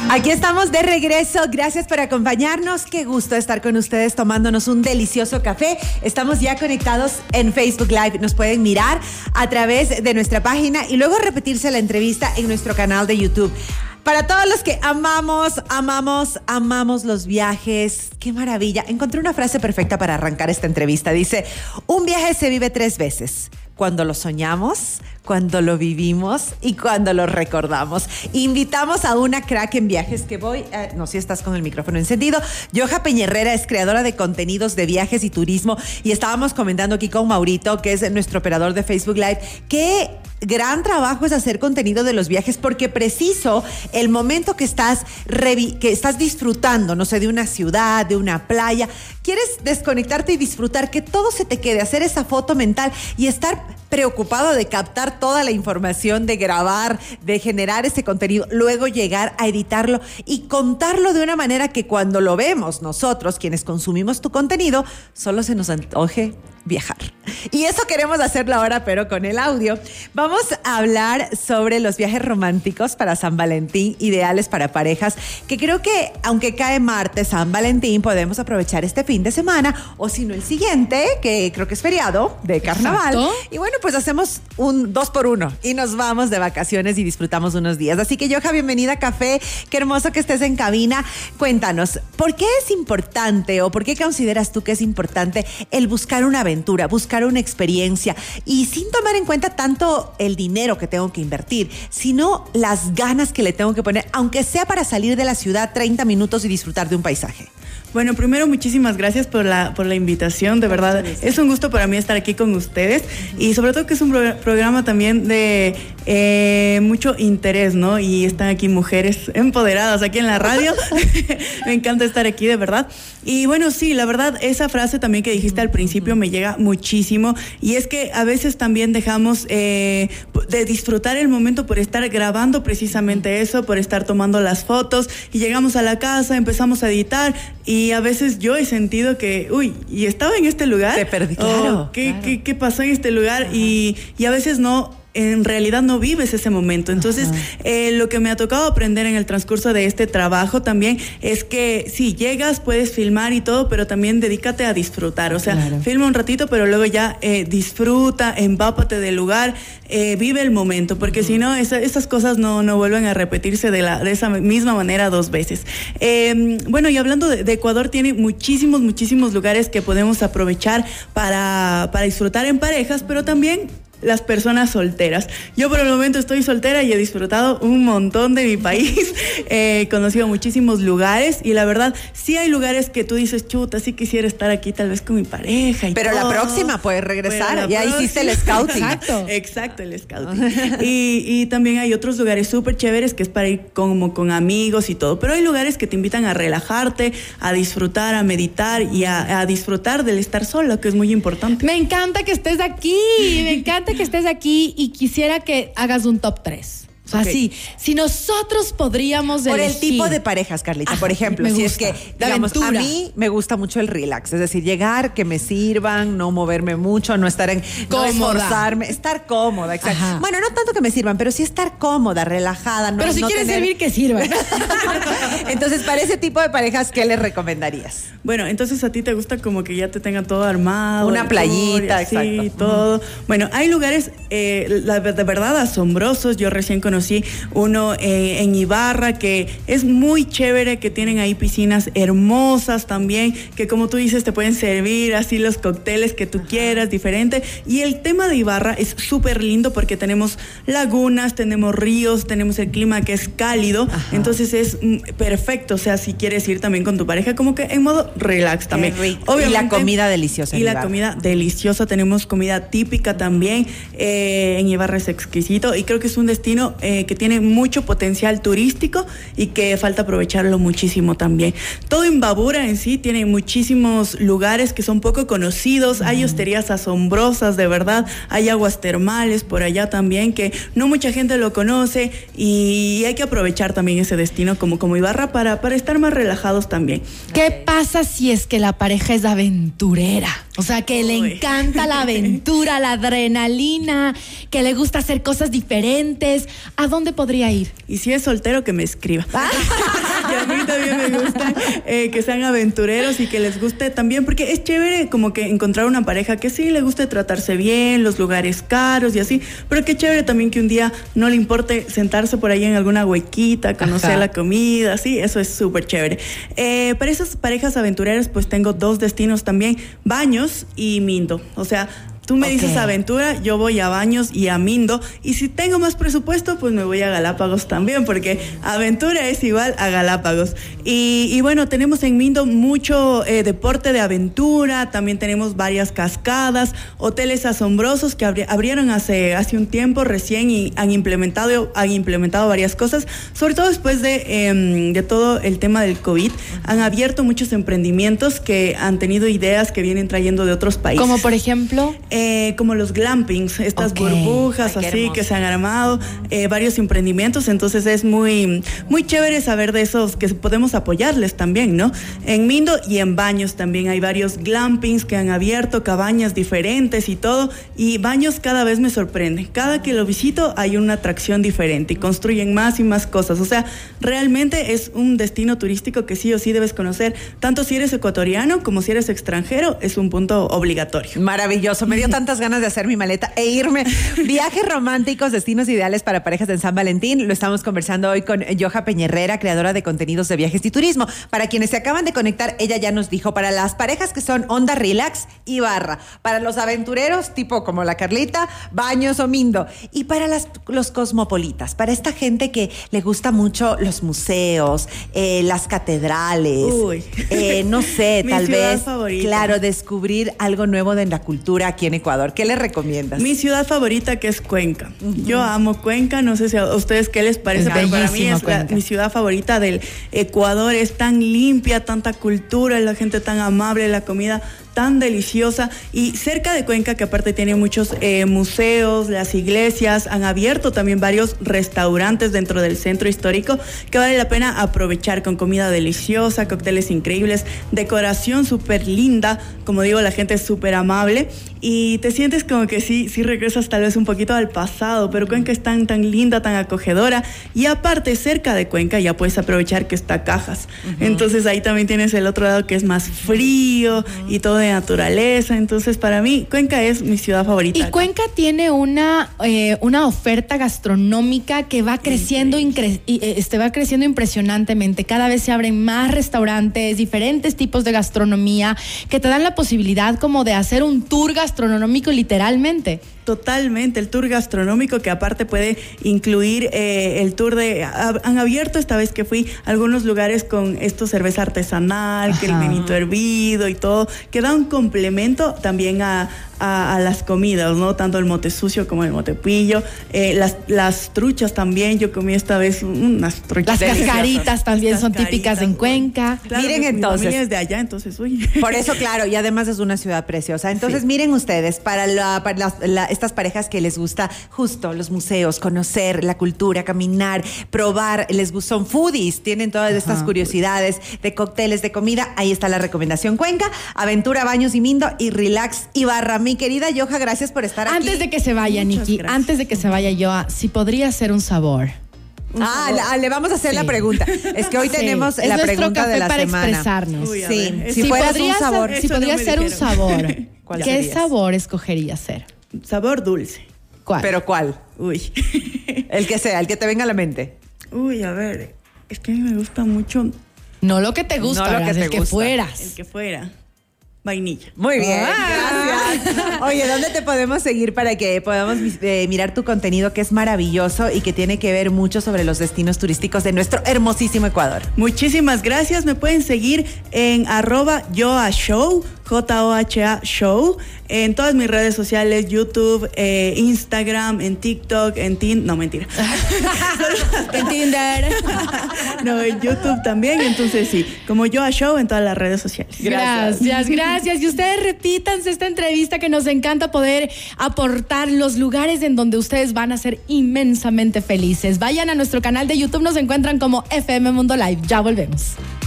Aquí estamos de regreso, gracias por acompañarnos, qué gusto estar con ustedes tomándonos un delicioso café. Estamos ya conectados en Facebook Live, nos pueden mirar a través de nuestra página y luego repetirse la entrevista en nuestro canal de YouTube. Para todos los que amamos los viajes, qué maravilla. Encontré una frase perfecta para arrancar esta entrevista. Dice, un viaje se vive 3 veces. Cuando lo soñamos, cuando lo vivimos y cuando lo recordamos. Invitamos a una crack en viajes que voy... no, si estás con el micrófono encendido. Yoja Peñerrera es creadora de contenidos de viajes y turismo y estábamos comentando aquí con Maurito, que es nuestro operador de Facebook Live, que gran trabajo es hacer contenido de los viajes porque preciso el momento que estás disfrutando, no sé, de una ciudad, de una playa, quieres desconectarte y disfrutar, que todo se te quede, hacer esa foto mental y estar preocupado de captar toda la información, de grabar, de generar ese contenido, luego llegar a editarlo y contarlo de una manera que cuando lo vemos nosotros, quienes consumimos tu contenido, solo se nos antoje viajar. Y eso queremos hacerlo ahora, pero con el audio. Vamos a hablar sobre los viajes románticos para San Valentín, ideales para parejas, que creo que aunque cae martes San Valentín, podemos aprovechar este fin de semana, o si no el siguiente, que creo que es feriado de carnaval. Exacto. Y bueno, pues hacemos un 2x1 y nos vamos de vacaciones y disfrutamos unos días. Así que Yoja, bienvenida a Café, qué hermoso que estés en cabina. Cuéntanos, ¿por qué es importante o por qué consideras tú que es importante el buscar una aventura, buscar una experiencia y sin tomar en cuenta tanto el dinero que tengo que invertir, sino las ganas que le tengo que poner, aunque sea para salir de la ciudad 30 minutos y disfrutar de un paisaje? Bueno, primero muchísimas gracias por la invitación, de verdad es un gusto para mí estar aquí con ustedes y sobre todo que es un programa también de mucho interés, ¿no? Y están aquí mujeres empoderadas aquí en la radio, me encanta estar aquí, de verdad. Y bueno, sí, la verdad, esa frase también que dijiste al principio me llega muchísimo y es que a veces también dejamos de disfrutar el momento por estar grabando precisamente eso, por estar tomando las fotos y llegamos a la casa, empezamos a editar y a veces yo he sentido que, y estaba en este lugar. Te perdí, claro. ¿Qué pasó en este lugar? Y a veces en realidad no vives ese momento. Entonces, lo que me ha tocado aprender en el transcurso de este trabajo también es que sí, llegas, puedes filmar y todo, pero también dedícate a disfrutar. O sea, filma un ratito, pero luego ya disfruta, empápate del lugar, vive el momento, porque si no, esas cosas no vuelven a repetirse de esa misma manera 2 veces. Bueno, y hablando de Ecuador, tiene muchísimos lugares que podemos aprovechar para disfrutar en parejas, pero también las personas solteras. Yo por el momento estoy soltera y he disfrutado un montón de mi país. He conocido muchísimos lugares y la verdad, sí hay lugares que tú dices, chuta, sí quisiera estar aquí tal vez con mi pareja y pero todo. La próxima puedes regresar, ya hiciste el scouting. Exacto, el scouting. Y también hay otros lugares súper chéveres que es para ir como con amigos y todo, pero hay lugares que te invitan a relajarte, a disfrutar, a meditar y a disfrutar del estar solo, que es muy importante. Me encanta que estés aquí, y quisiera que hagas un top 3. O sea, sí, si nosotros podríamos por elegir. El tipo de parejas, Carlita, por ejemplo, si es que, digamos, a mí me gusta mucho el relax, es decir, llegar, que me sirvan, no moverme mucho, no estar no esforzarme, estar cómoda, exacto. Ajá. Bueno, no tanto que me sirvan, pero sí estar cómoda, relajada. Pero si quieres servir, que sirvan. Entonces, para ese tipo de parejas, ¿qué les recomendarías? Bueno, entonces a ti te gusta como que ya te tengan todo armado. Una playita, exacto. Sí, todo. Bueno, hay lugares de verdad asombrosos. Yo recién conocí uno en Ibarra que es muy chévere, que tienen ahí piscinas hermosas también, que como tú dices te pueden servir así los cócteles que tú quieras, diferente. Y el tema de Ibarra es súper lindo porque tenemos lagunas, tenemos ríos, tenemos el clima que es cálido. Entonces es perfecto, o sea, si quieres ir también con tu pareja, como que en modo relax también. Obviamente, y la comida deliciosa. Y la comida deliciosa, tenemos comida típica también. En Ibarra es exquisito y creo que es un destino que tiene mucho potencial turístico y que falta aprovecharlo muchísimo también. Todo Imbabura en sí tiene muchísimos lugares que son poco conocidos, hay hosterías asombrosas, de verdad, hay aguas termales por allá también que no mucha gente lo conoce y hay que aprovechar también ese destino como Ibarra para estar más relajados también. ¿Qué pasa si es que la pareja es aventurera? O sea, que le encanta la aventura, la adrenalina, que le gusta hacer cosas diferentes. ¿a dónde podría ir? Y si es soltero, que me escriba. Que a mí también me gusta que sean aventureros y que les guste también, porque es chévere como que encontrar una pareja que sí le guste tratarse bien, los lugares caros y así, pero qué chévere también que un día no le importe sentarse por ahí en alguna huequita, conocer la comida, sí, eso es súper chévere. Para esas parejas aventureras, pues tengo 2 destinos también, Baños y Mindo. O sea, tú me dices aventura, yo voy a Baños y a Mindo. Y si tengo más presupuesto, pues me voy a Galápagos también, porque aventura es igual a Galápagos. Y bueno, tenemos en Mindo mucho deporte de aventura, también tenemos varias cascadas, hoteles asombrosos que abrieron hace un tiempo recién y han implementado varias cosas, sobre todo después de todo el tema del COVID. Han abierto muchos emprendimientos que han tenido ideas que vienen trayendo de otros países. Como por ejemplo... como los glampings, estas burbujas así que se han armado, varios emprendimientos, entonces es muy, muy chévere saber de esos que podemos apoyarles también, ¿no? En Mindo y en Baños también hay varios glampings que han abierto, cabañas diferentes y todo, y Baños cada vez me sorprende, cada que lo visito hay una atracción diferente y construyen más y más cosas, o sea, realmente es un destino turístico que sí o sí debes conocer, tanto si eres ecuatoriano como si eres extranjero, es un punto obligatorio. Maravilloso, me dio tantas ganas de hacer mi maleta e irme. Viajes románticos, destinos ideales para parejas en San Valentín. Lo estamos conversando hoy con Yoja Peñerrera, creadora de contenidos de viajes y turismo. Para quienes se acaban de conectar, ella ya nos dijo, para las parejas que son onda relax, Ibarra. Para los aventureros, tipo como la Carlita, Baños o Mindo. Y para los cosmopolitas, para esta gente que le gusta mucho los museos, las catedrales. No sé, tal vez, favorita. Claro, descubrir algo nuevo de la cultura aquí en Ecuador. ¿Qué les recomiendas? Mi ciudad favorita, que es Cuenca. Yo amo Cuenca, no sé si a ustedes qué les parece, pero para mí es mi ciudad favorita del Ecuador. Es tan limpia, tanta cultura, la gente tan amable, la comida tan deliciosa, y cerca de Cuenca, que aparte tiene muchos museos, las iglesias, han abierto también varios restaurantes dentro del centro histórico que vale la pena aprovechar, con comida deliciosa, cócteles increíbles, decoración súper linda, como digo, la gente es súper amable y te sientes como que sí regresas tal vez un poquito al pasado, pero Cuenca es tan linda, tan acogedora, y aparte cerca de Cuenca ya puedes aprovechar que está Cajas, entonces ahí también tienes el otro lado que es más frío y todo de naturaleza, entonces para mí Cuenca es mi ciudad favorita. Y Cuenca tiene una oferta gastronómica que va creciendo va creciendo impresionantemente. Cada vez se abren más restaurantes, diferentes tipos de gastronomía que te dan la posibilidad como de hacer un tour gastronómico literalmente. Totalmente, el tour gastronómico, que aparte puede incluir el tour han abierto esta vez que fui algunos lugares con cerveza artesanal, que el vinito hervido y todo, que da un complemento también a las comidas, ¿no? Tanto el mote sucio como el mote pillo, las truchas también, yo comí esta vez unas truchas. Las cascaritas también son típicas en Cuenca. Claro, miren, entonces. Mi familia es de allá, entonces, Por eso, claro, y además es una ciudad preciosa. Entonces, miren ustedes, para estas parejas que les gusta justo los museos, conocer la cultura, caminar, probar, son foodies, tienen todas estas curiosidades de cócteles, de comida, ahí está la recomendación. Cuenca, aventura, Baños y Mindo y relax Ibarra. Mi querida Yoja, gracias por estar aquí. Antes de que se vaya, Nikki, antes de que se vaya Yoja, si podría ser un sabor. Le vamos a hacer la pregunta. Es que hoy tenemos la pregunta de la para semana. Expresarnos. Si fueras un sabor. Si podría ser un sabor, ¿cuál ¿qué serías? sabor escogerías ser? Sabor dulce. ¿Cuál? ¿Pero cuál? El que sea, el que te venga a la mente. A ver, es que a mí me gusta mucho. No lo que te gusta, no lo que te gusta. El que fuera. Vainilla. Muy bien, gracias. Oye, ¿dónde te podemos seguir para que podamos mirar tu contenido, que es maravilloso y que tiene que ver mucho sobre los destinos turísticos de nuestro hermosísimo Ecuador? Muchísimas gracias. Me pueden seguir en @YohaShow, JOHA Show, en todas mis redes sociales, YouTube, Instagram, en TikTok, no, mentira. En Tinder. No, en YouTube también, entonces sí, como Yoha Show en todas las redes sociales. Gracias. Y ustedes repítanse esta entrevista, que nos encanta poder aportar los lugares en donde ustedes van a ser inmensamente felices. Vayan a nuestro canal de YouTube, nos encuentran como FM Mundo Live. Ya volvemos.